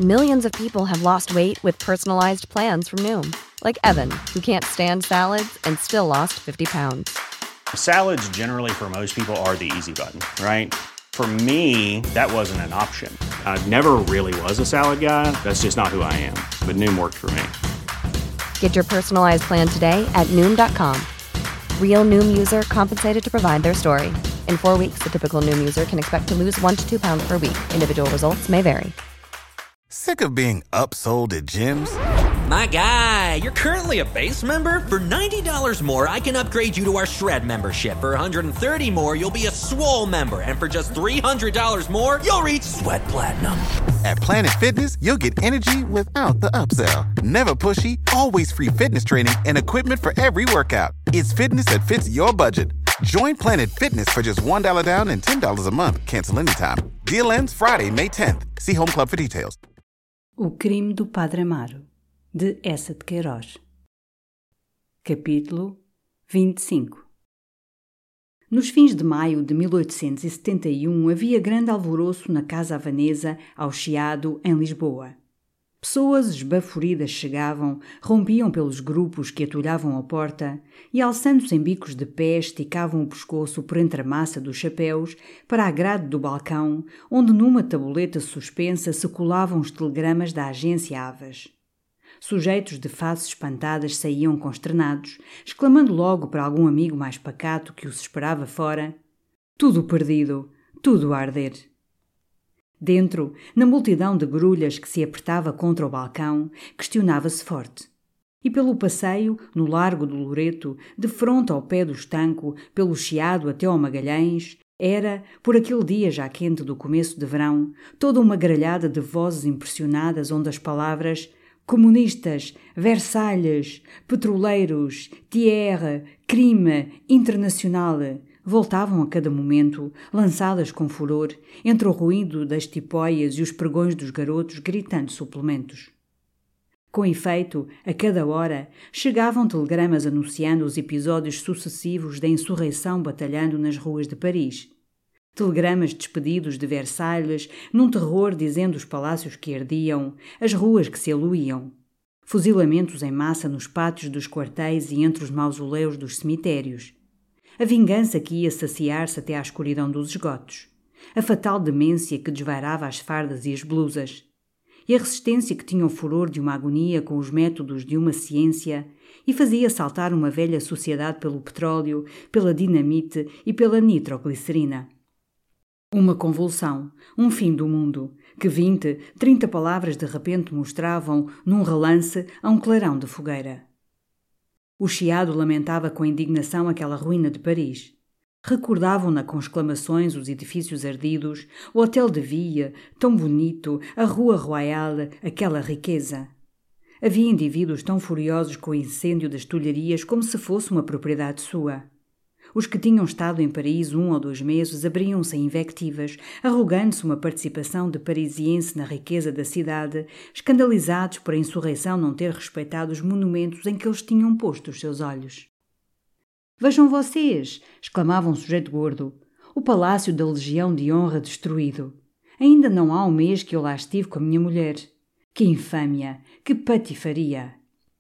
Millions of people have lost weight with personalized plans from Noom. Like Evan, who can't stand salads and still lost 50 pounds. Salads generally for most people are the easy button, right? For me, that wasn't an option. I never really was a salad guy. That's just not who I am. But Noom worked for me. Get your personalized plan today at Noom.com. Real Noom user compensated to provide their story. In 4 weeks, the typical Noom user can expect to lose 1 to 2 pounds per week. Individual results may vary. Sick of being upsold at gyms? My guy, you're currently a base member. For $90 more, I can upgrade you to our Shred membership. For $130 more, you'll be a Swole member. And for just $300 more, you'll reach Sweat Platinum. At Planet Fitness, you'll get energy without the upsell. Never pushy, always free fitness training and equipment for every workout. It's fitness that fits your budget. Join Planet Fitness for just $1 down and $10 a month. Cancel anytime. Deal ends Friday, May 10th. See Home Club for details. O Crime do Padre Amaro, de Eça de Queiroz. Capítulo 25. Nos fins de maio de 1871 havia grande alvoroço na Casa Havanesa, ao Chiado, em Lisboa. Pessoas esbaforidas chegavam, rompiam pelos grupos que atulhavam a porta e, alçando-se em bicos de pé, esticavam o pescoço por entre a massa dos chapéus para a grade do balcão, onde numa tabuleta suspensa se colavam os telegramas da agência Havas. Sujeitos de faces espantadas saíam consternados, exclamando logo para algum amigo mais pacato que os esperava fora: tudo perdido, tudo a arder. Dentro, na multidão de grulhas que se apertava contra o balcão, questionava-se forte. E pelo passeio, no Largo do Loreto, de fronte ao pé do estanco, pelo Chiado até ao Magalhães, era, por aquele dia já quente do começo de verão, toda uma gralhada de vozes impressionadas onde as palavras comunistas, Versalhes, petroleiros, Tierra, crime, internacional voltavam a cada momento, lançadas com furor, entre o ruído das tipóias e os pregões dos garotos gritando suplementos. Com efeito, a cada hora, chegavam telegramas anunciando os episódios sucessivos da insurreição batalhando nas ruas de Paris. Telegramas despedidos de Versalhes, num terror dizendo os palácios que ardiam, as ruas que se aluíam. Fuzilamentos em massa nos pátios dos quartéis e entre os mausoléus dos cemitérios. A vingança que ia saciar-se até à escuridão dos esgotos. A fatal demência que desvairava as fardas e as blusas. E a resistência que tinha o furor de uma agonia com os métodos de uma ciência e fazia saltar uma velha sociedade pelo petróleo, pela dinamite e pela nitroglicerina. Uma convulsão, um fim do mundo, que 20, 30 palavras de repente mostravam, num relance, a um clarão de fogueira. O Chiado lamentava com indignação aquela ruína de Paris. Recordavam-na com exclamações os edifícios ardidos, o Hotel de Ville, tão bonito, a Rua Royale, aquela riqueza. Havia indivíduos tão furiosos com o incêndio das tulharias como se fosse uma propriedade sua. Os que tinham estado em Paris 1 ou 2 meses abriam-se em invectivas, arrogando-se uma participação de parisiense na riqueza da cidade, escandalizados por a insurreição não ter respeitado os monumentos em que eles tinham posto os seus olhos. «Vejam vocês!» exclamava um sujeito gordo. «O Palácio da Legião de Honra destruído. Ainda não há um mês que eu lá estive com a minha mulher. Que infâmia! Que patifaria!»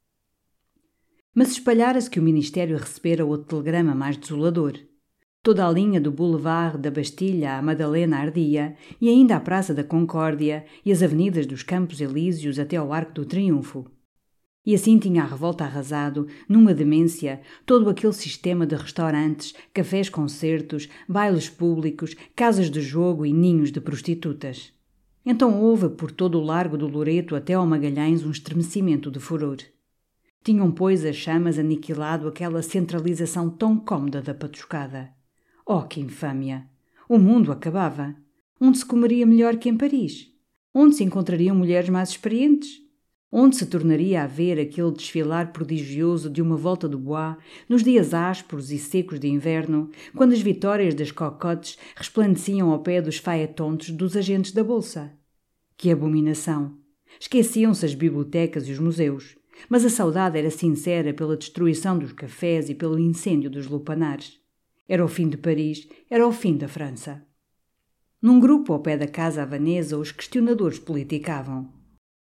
Mas espalhara-se que o Ministério recebera outro telegrama mais desolador. Toda a linha do Boulevard da Bastilha à Madalena ardia, e ainda a Praça da Concórdia e as avenidas dos Campos Elíseos até ao Arco do Triunfo. E assim tinha a revolta arrasado, numa demência, todo aquele sistema de restaurantes, cafés-concertos, bailes públicos, casas de jogo e ninhos de prostitutas. Então houve por todo o Largo do Loreto até ao Magalhães um estremecimento de furor. Tinham, pois, as chamas aniquilado aquela centralização tão cómoda da patuscada. Oh, que infâmia! O mundo acabava. Onde se comeria melhor que em Paris? Onde se encontrariam mulheres mais experientes? Onde se tornaria a ver aquele desfilar prodigioso de uma volta do bois nos dias ásperos e secos de inverno, quando as vitórias das cocottes resplandeciam ao pé dos faetontes dos agentes da bolsa? Que abominação! Esqueciam-se as bibliotecas e os museus. Mas a saudade era sincera pela destruição dos cafés e pelo incêndio dos lupanares. Era o fim de Paris, era o fim da França. Num grupo ao pé da Casa Havanesa, os questionadores politicavam.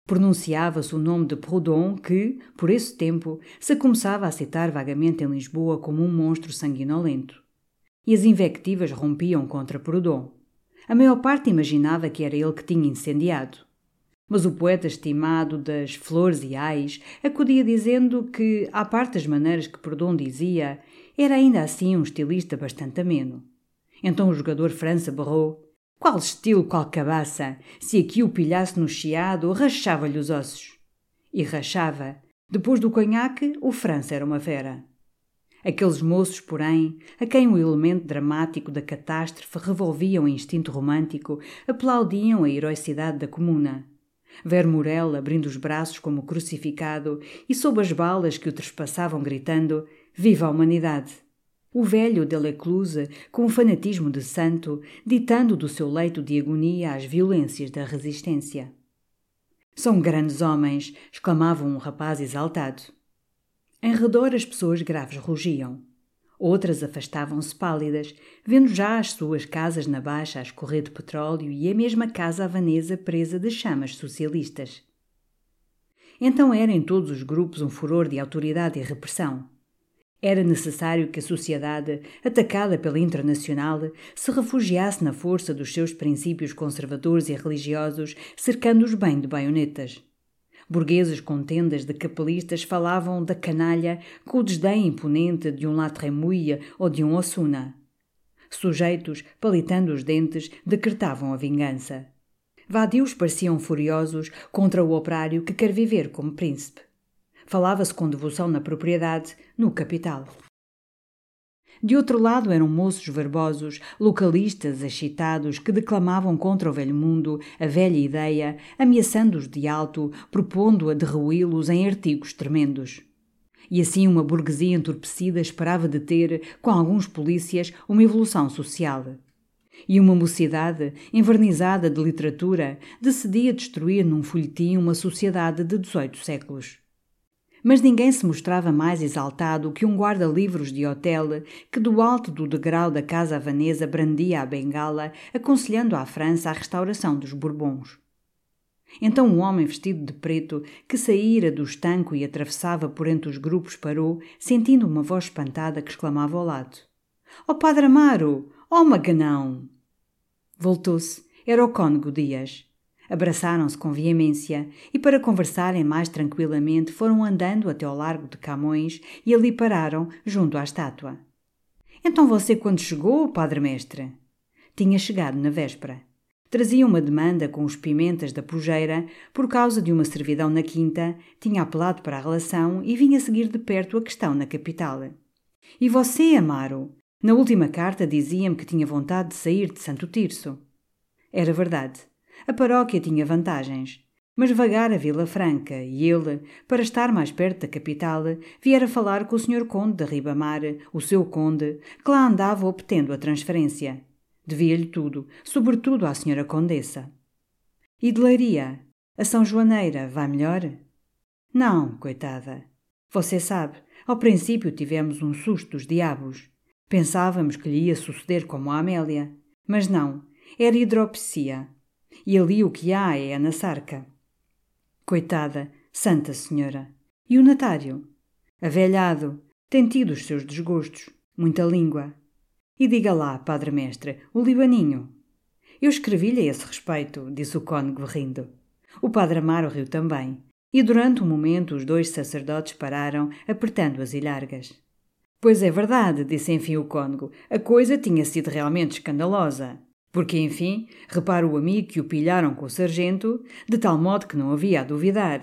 Pronunciava-se o nome de Proudhon que, por esse tempo, se começava a aceitar vagamente em Lisboa como um monstro sanguinolento. E as invectivas rompiam contra Proudhon. A maior parte imaginava que era ele que tinha incendiado. Mas o poeta estimado das flores e ais acudia dizendo que, à parte das maneiras que Proudhon dizia, era ainda assim um estilista bastante ameno. Então o jogador França berrou: "Qual estilo, qual cabaça! Se aqui o pilhasse no chiado, rachava-lhe os ossos." E rachava. Depois do conhaque, o França era uma fera. Aqueles moços, porém, a quem o elemento dramático da catástrofe revolvia o instinto romântico, aplaudiam a heroicidade da comuna. Vermorel, abrindo os braços como crucificado, e sob as balas que o trespassavam gritando: "Viva a humanidade!" O velho Delecluse, com o fanatismo de santo, ditando do seu leito de agonia as violências da resistência. "São grandes homens!" exclamava um rapaz exaltado. Em redor as pessoas graves rugiam. Outras afastavam-se pálidas, vendo já as suas casas na Baixa a escorrer de petróleo e a mesma casa havanesa presa de chamas socialistas. Então era em todos os grupos um furor de autoridade e repressão. Era necessário que a sociedade, atacada pela Internacional, se refugiasse na força dos seus princípios conservadores e religiosos, cercando-os bem de baionetas. Burgueses com tendas de capelistas falavam da canalha com o desdém imponente de um La Tremouille ou de um Osuna. Sujeitos, palitando os dentes, decretavam a vingança. Vadios pareciam furiosos contra o operário que quer viver como príncipe. Falava-se com devoção na propriedade, no capital. De outro lado eram moços verbosos, localistas excitados que declamavam contra o velho mundo, a velha ideia, ameaçando-os de alto, propondo-a derruí-los em artigos tremendos. E assim uma burguesia entorpecida esperava deter, com alguns polícias, uma evolução social. E uma mocidade, envernizada de literatura, decidia destruir num folhetim uma sociedade de 18 séculos. Mas ninguém se mostrava mais exaltado que um guarda-livros de hotel que do alto do degrau da casa havanesa brandia a bengala, aconselhando à França a restauração dos Bourbons. Então um homem vestido de preto, que saíra do estanco e atravessava por entre os grupos, parou, sentindo uma voz espantada que exclamava ao lado: "Ó Padre Amaro! Ó Maganão!" Voltou-se. Era o cônego Dias. Abraçaram-se com veemência e, para conversarem mais tranquilamente, foram andando até ao largo de Camões e ali pararam, junto à estátua. "Então você quando chegou, Padre Mestre?" Tinha chegado na véspera. Trazia uma demanda com os pimentas da Pujeira por causa de uma servidão na quinta, tinha apelado para a relação e vinha seguir de perto a questão na capital. "E você, Amaro? Na última carta dizia-me que tinha vontade de sair de Santo Tirso." Era verdade. A paróquia tinha vantagens, mas vagar a Vila Franca e ele, para estar mais perto da capital, viera falar com o Sr. Conde de Ribamar, o seu conde, que lá andava obtendo a transferência. Devia-lhe tudo, sobretudo à Sra. Condessa. "E de Leiria? A São Joaneira vai melhor?" "Não, coitada. Você sabe, ao princípio tivemos um susto dos diabos. Pensávamos que lhe ia suceder como a Amélia. Mas não, era hidropsia. E ali o que há é a Anassarca." "Coitada, Santa Senhora. E o Natário?" "Avelhado. Tem tido os seus desgostos. Muita língua." "E diga lá, Padre Mestre, o Libaninho?" "Eu escrevi-lhe a esse respeito", disse o cônego rindo. O Padre Amaro riu também. E durante um momento os dois sacerdotes pararam, apertando as ilhargas. "Pois é verdade", disse enfim o cônego. "A coisa tinha sido realmente escandalosa. Porque, enfim, repara o amigo que o pilharam com o sargento, de tal modo que não havia a duvidar.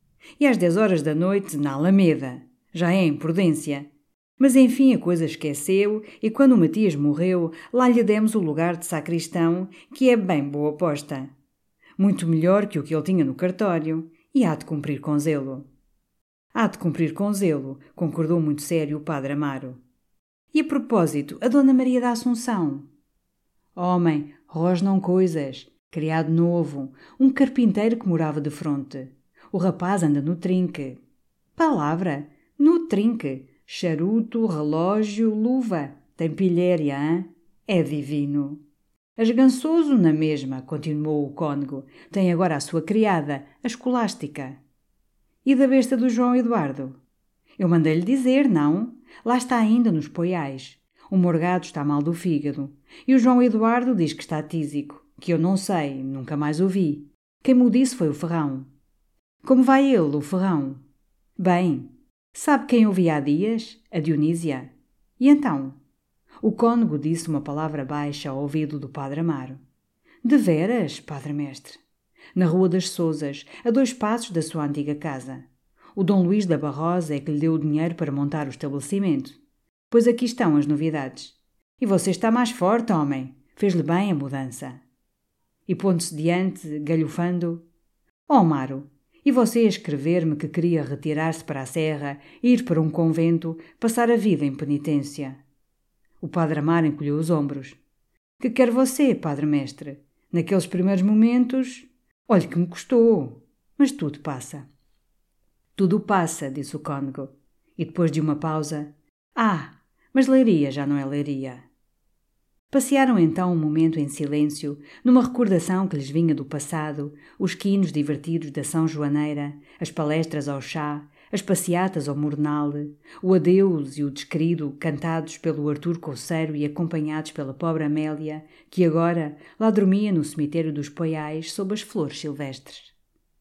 E às 10 horas da noite, na Alameda. Já é imprudência. Mas, enfim, a coisa esqueceu e quando o Matias morreu, lá lhe demos o lugar de sacristão, que é bem boa aposta. Muito melhor que o que ele tinha no cartório. E há de cumprir com zelo." "Há de cumprir com zelo", concordou muito sério o Padre Amaro. "E a propósito, a Dona Maria da Assunção?" "Homem, rosnam coisas. Criado novo. Um carpinteiro que morava de fronte. O rapaz anda no trinque." "Palavra? No trinque. Charuto, relógio, luva. Tem pilhéria, hein? É divino." Esgançoso na mesma, continuou o cônego. Tem agora a sua criada, a escolástica. E da besta do João Eduardo? Eu mandei-lhe dizer, não? Lá está ainda nos poiais. O Morgado está mal do fígado. E o João Eduardo diz que está tísico, que eu não sei, nunca mais o vi. Quem me o disse foi o Ferrão. Como vai ele, o Ferrão? Bem, sabe quem eu vi há dias? A Dionísia. E então? O cônego disse uma palavra baixa ao ouvido do padre Amaro. De veras, padre mestre? Na Rua das Sousas, a 2 passos da sua antiga casa. O Dom Luís da Barrosa é que lhe deu o dinheiro para montar o estabelecimento. Pois aqui estão as novidades. E você está mais forte, homem. Fez-lhe bem a mudança. E pondo-se diante, galhofando. Oh, Amaro, e você a escrever-me que queria retirar-se para a serra, ir para um convento, passar a vida em penitência. O padre Amaro encolheu os ombros. Que quer você, padre mestre? Naqueles primeiros momentos... Olhe que me custou. Mas tudo passa. Tudo passa, disse o cônego. E depois de uma pausa... Ah, mas Leiria já não é Leiria. Passearam então um momento em silêncio, numa recordação que lhes vinha do passado, os quinos divertidos da São Joaneira, as palestras ao chá, as passeatas ao Mornal, o adeus e o desquerido cantados pelo Artur Couceiro e acompanhados pela pobre Amélia, que agora lá dormia no cemitério dos Poiais sob as flores silvestres.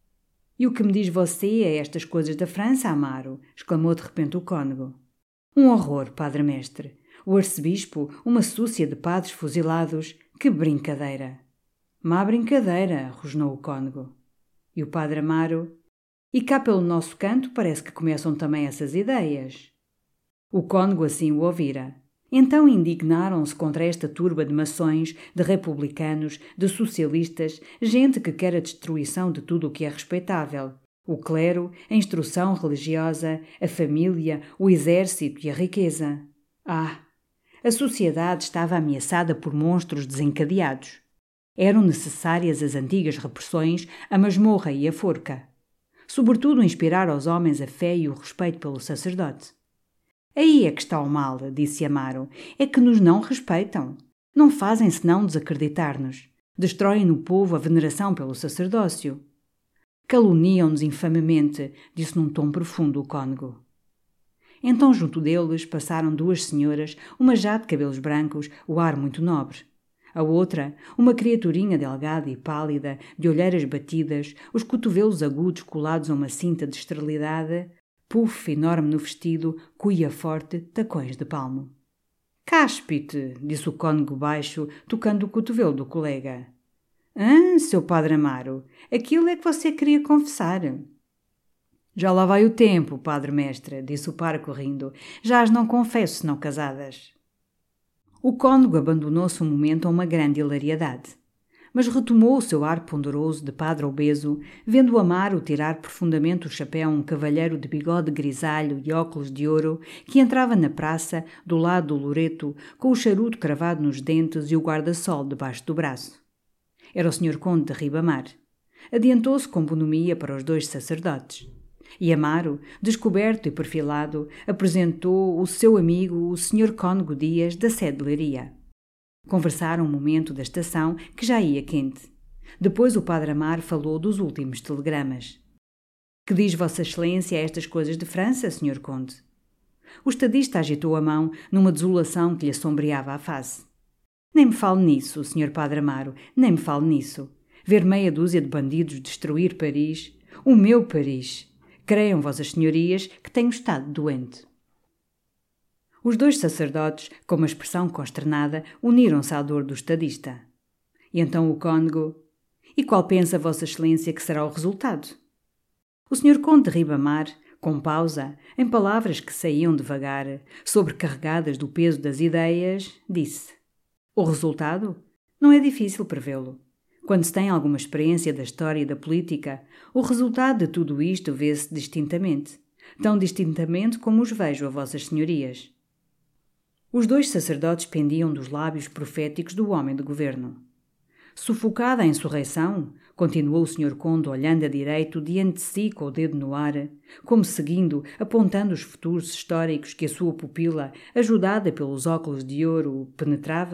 E o que me diz você a estas coisas da França, Amaro? Exclamou de repente o cônego. Um horror, padre mestre. O arcebispo, uma súcia de padres fuzilados. Que brincadeira! Má brincadeira, rosnou o cônego. E o padre Amaro... E cá pelo nosso canto parece que começam também essas ideias. O cônego assim o ouvira. Então indignaram-se contra esta turba de mações, de republicanos, de socialistas, gente que quer a destruição de tudo o que é respeitável. O clero, a instrução religiosa, a família, o exército e a riqueza. Ah! A sociedade estava ameaçada por monstros desencadeados. Eram necessárias as antigas repressões, a masmorra e a forca. Sobretudo inspirar aos homens a fé e o respeito pelo sacerdote. Aí é que está o mal, disse Amaro, é que nos não respeitam. Não fazem senão desacreditar-nos. Destroem no povo a veneração pelo sacerdócio. Caluniam-nos infamemente, disse num tom profundo o cônego. Então junto deles passaram 2 senhoras, uma já de cabelos brancos, o ar muito nobre. A outra, uma criaturinha delgada e pálida, de olheiras batidas, os cotovelos agudos colados a uma cinta de esterilidade, puff enorme no vestido, cuia forte, tacões de palmo. Cáspite, disse o cônego baixo, tocando o cotovelo do colega. Seu padre Amaro, aquilo é que você queria confessar. Já lá vai o tempo, padre mestre, disse o pároco rindo. Já as não confesso senão casadas. O cônego abandonou-se um momento a uma grande hilariedade, mas retomou o seu ar ponderoso de padre obeso, vendo o Amaro tirar profundamente o chapéu a um cavalheiro de bigode grisalho e óculos de ouro que entrava na praça, do lado do loreto, com o charuto cravado nos dentes e o guarda-sol debaixo do braço. Era o Sr. Conde de Ribamar. Adiantou-se com bonomia para os 2 sacerdotes. E Amaro, descoberto e perfilado, apresentou o seu amigo, o Sr. Cônego Dias, da sede de Leiria. Conversaram um momento da estação, que já ia quente. Depois o padre Amaro falou dos últimos telegramas. Que diz Vossa Excelência a estas coisas de França, Sr. Conde? O estadista agitou a mão numa desolação que lhe assombreava a face. Nem me fale nisso, Sr. Padre Amaro, nem me fale nisso. Ver meia dúzia de bandidos destruir Paris, o meu Paris. Creiam, vossas senhorias, que tenho estado doente. Os 2 sacerdotes, com uma expressão consternada, uniram-se à dor do estadista. E então o cônego... E qual pensa vossa excelência que será o resultado? O Sr. Conde de Ribamar, com pausa, em palavras que saíam devagar, sobrecarregadas do peso das ideias, disse: O resultado? Não é difícil prevê-lo. Quando se tem alguma experiência da história e da política, o resultado de tudo isto vê-se distintamente, tão distintamente como os vejo a vossas senhorias. Os 2 sacerdotes pendiam dos lábios proféticos do homem de governo. Sufocada a insurreição, continuou o Sr. Conde olhando a direito diante de si com o dedo no ar, como seguindo, apontando os futuros históricos que a sua pupila, ajudada pelos óculos de ouro, penetrava,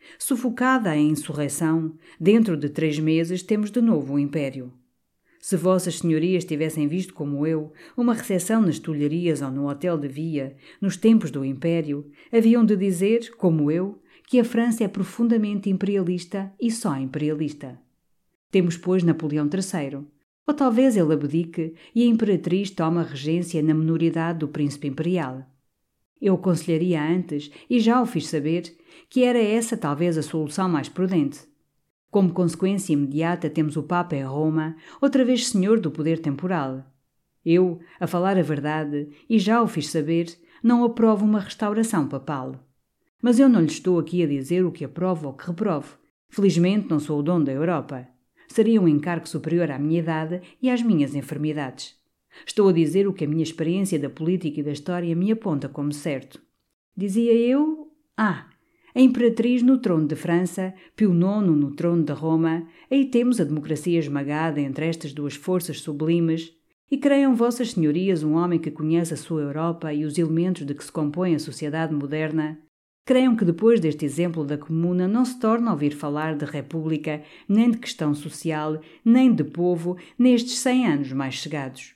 Sufocada a insurreição, dentro de 3 meses temos de novo o império. Se vossas senhorias tivessem visto como eu uma recepção nas Tulharias ou no Hotel de Via, nos tempos do império, haviam de dizer, como eu, que a França é profundamente imperialista e só imperialista. Temos, pois, Napoleão III, ou talvez ele abdique e a imperatriz tome a regência na minoridade do príncipe imperial. Eu aconselharia antes, e já o fiz saber, que era essa talvez a solução mais prudente. Como consequência imediata temos o Papa em Roma, outra vez senhor do poder temporal. Eu, a falar a verdade, e já o fiz saber, não aprovo uma restauração papal. Mas eu não lhe estou aqui a dizer o que aprovo ou que reprovo. Felizmente não sou o dono da Europa. Seria um encargo superior à minha idade e às minhas enfermidades. Estou a dizer o que a minha experiência da política e da história me aponta como certo. Dizia eu... a imperatriz no trono de França, Pio IX no trono de Roma, aí temos a democracia esmagada entre estas duas forças sublimes, e creiam vossas senhorias um homem que conhece a sua Europa e os elementos de que se compõe a sociedade moderna, creiam que depois deste exemplo da Comuna não se torna a ouvir falar de república, nem de questão social, nem de povo, nestes 100 anos mais chegados.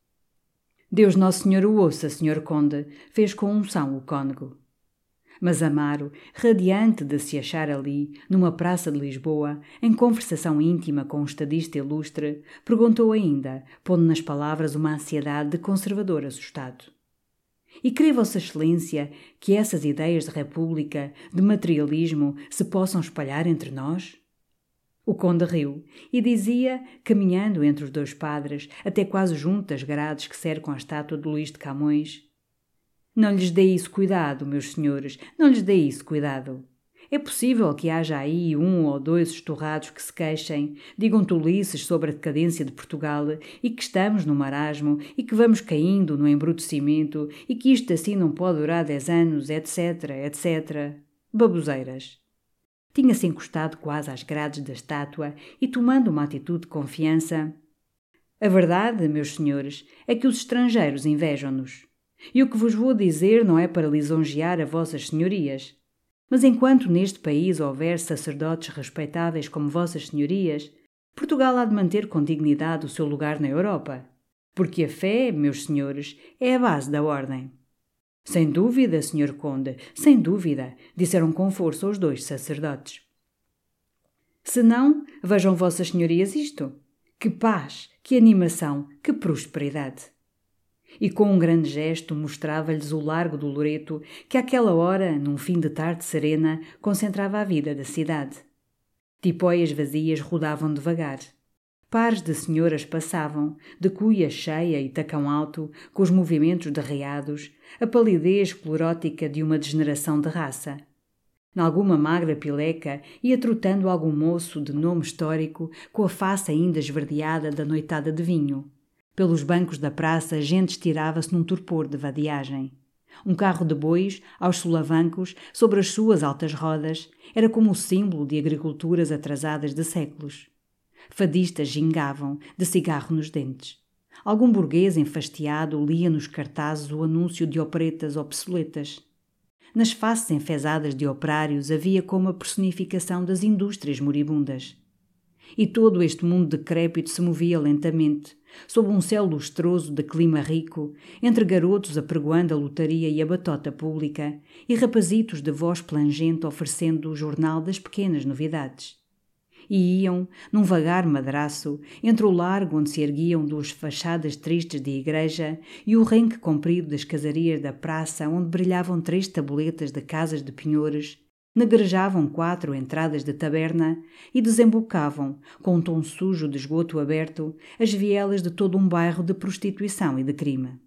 Deus Nosso Senhor o ouça, Senhor Conde, fez com unção o cônego. Mas Amaro, radiante de se achar ali, numa praça de Lisboa, em conversação íntima com um estadista ilustre, perguntou ainda, pondo nas palavras uma ansiedade de conservador assustado. E crê Vossa Excelência que essas ideias de república, de materialismo, se possam espalhar entre nós? O conde riu e dizia, caminhando entre os 2 padres, até quase junto das grades que cercam a estátua de Luís de Camões: não lhes dê isso cuidado, meus senhores, não lhes dê isso cuidado. É possível que haja aí 1 ou 2 estorrados que se queixem, digam tolices sobre a decadência de Portugal e que estamos no marasmo e que vamos caindo no embrutecimento e que isto assim não pode durar 10 anos, etc, etc. Baboseiras. Tinha-se encostado quase às grades da estátua e, tomando uma atitude de confiança: a verdade, meus senhores, é que os estrangeiros invejam-nos. E o que vos vou dizer não é para lisonjear a vossas senhorias. Mas enquanto neste país houver sacerdotes respeitáveis como vossas senhorias, Portugal há de manter com dignidade o seu lugar na Europa. Porque a fé, meus senhores, é a base da ordem. Sem dúvida, senhor conde, sem dúvida, disseram com força os 2 sacerdotes. Se não, vejam vossas senhorias isto. Que paz, que animação, que prosperidade! E com um grande gesto mostrava-lhes o largo do Loreto, que àquela hora, num fim de tarde serena, concentrava a vida da cidade. Tipóias vazias rodavam devagar. Pares de senhoras passavam, de cuia cheia e tacão alto, com os movimentos derreados, a palidez clorótica de uma degeneração de raça. Nalguma magra pileca ia trotando algum moço de nome histórico, com a face ainda esverdeada da noitada de vinho. Pelos bancos da praça, gente estirava-se num torpor de vadiagem. Um carro de bois, aos solavancos, sobre as suas altas rodas, era como o símbolo de agriculturas atrasadas de séculos. Fadistas gingavam, de cigarro nos dentes. Algum burguês enfastiado lia nos cartazes o anúncio de operetas obsoletas. Nas faces enfesadas de operários havia como a personificação das indústrias moribundas. E todo este mundo decrépito se movia lentamente, sob um céu lustroso de clima rico, entre garotos apregoando a lotaria e a batota pública e rapazitos de voz plangente oferecendo o jornal das pequenas novidades. E iam, num vagar madraço, entre o largo onde se erguiam 2 fachadas tristes de igreja e o renque comprido das casarias da praça onde brilhavam 3 tabuletas de casas de penhores, negrejavam 4 entradas de taberna e desembocavam, com um tom sujo de esgoto aberto, as vielas de todo um bairro de prostituição e de crime.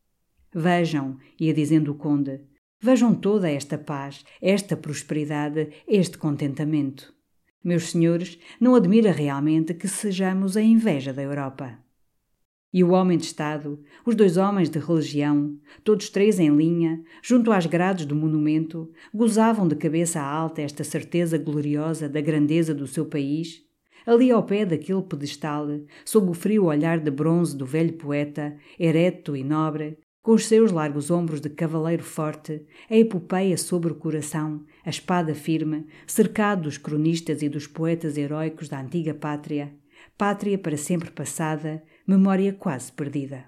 Vejam, ia dizendo o conde, vejam toda esta paz, esta prosperidade, este contentamento. Meus senhores, não admira realmente que sejamos a inveja da Europa. E o homem de Estado, os 2 homens de religião, todos 3 em linha, junto às grades do monumento, gozavam de cabeça alta esta certeza gloriosa da grandeza do seu país, ali ao pé daquele pedestal, sob o frio olhar de bronze do velho poeta, ereto e nobre, Com os seus largos ombros de cavaleiro forte, a epopeia sobre o coração, a espada firme, cercado dos cronistas e dos poetas heróicos da antiga pátria, pátria para sempre passada, memória quase perdida.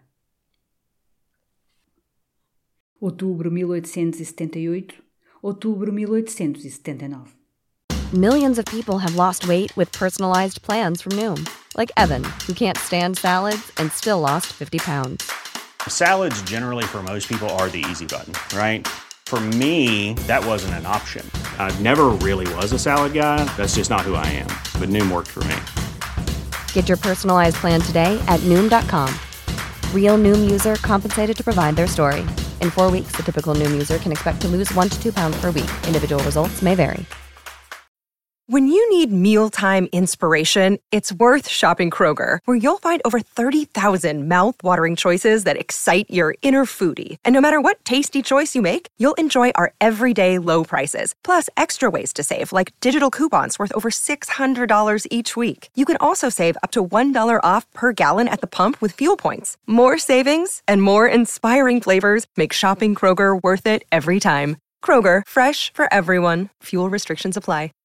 Outubro 1878, outubro 1879. Millions of people have lost weight with personalized plans from Noom, like Evan, who can't stand salads and still lost 50 pounds. Salads generally for most people are the easy button, right? For me, that wasn't an option. I never really was a salad guy. That's just not who I am. But Noom worked for me. Get your personalized plan today at Noom.com. Real Noom user compensated to provide their story. In 4 weeks, the typical Noom user can expect to lose 1 to 2 pounds per week. Individual results may vary. When you need mealtime inspiration, it's worth shopping Kroger, where you'll find over 30,000 mouth-watering choices that excite your inner foodie. And no matter what tasty choice you make, you'll enjoy our everyday low prices, plus extra ways to save, like digital coupons worth over $600 each week. You can also save up to $1 off per gallon at the pump with fuel points. More savings and more inspiring flavors make shopping Kroger worth it every time. Kroger, fresh for everyone. Fuel restrictions apply.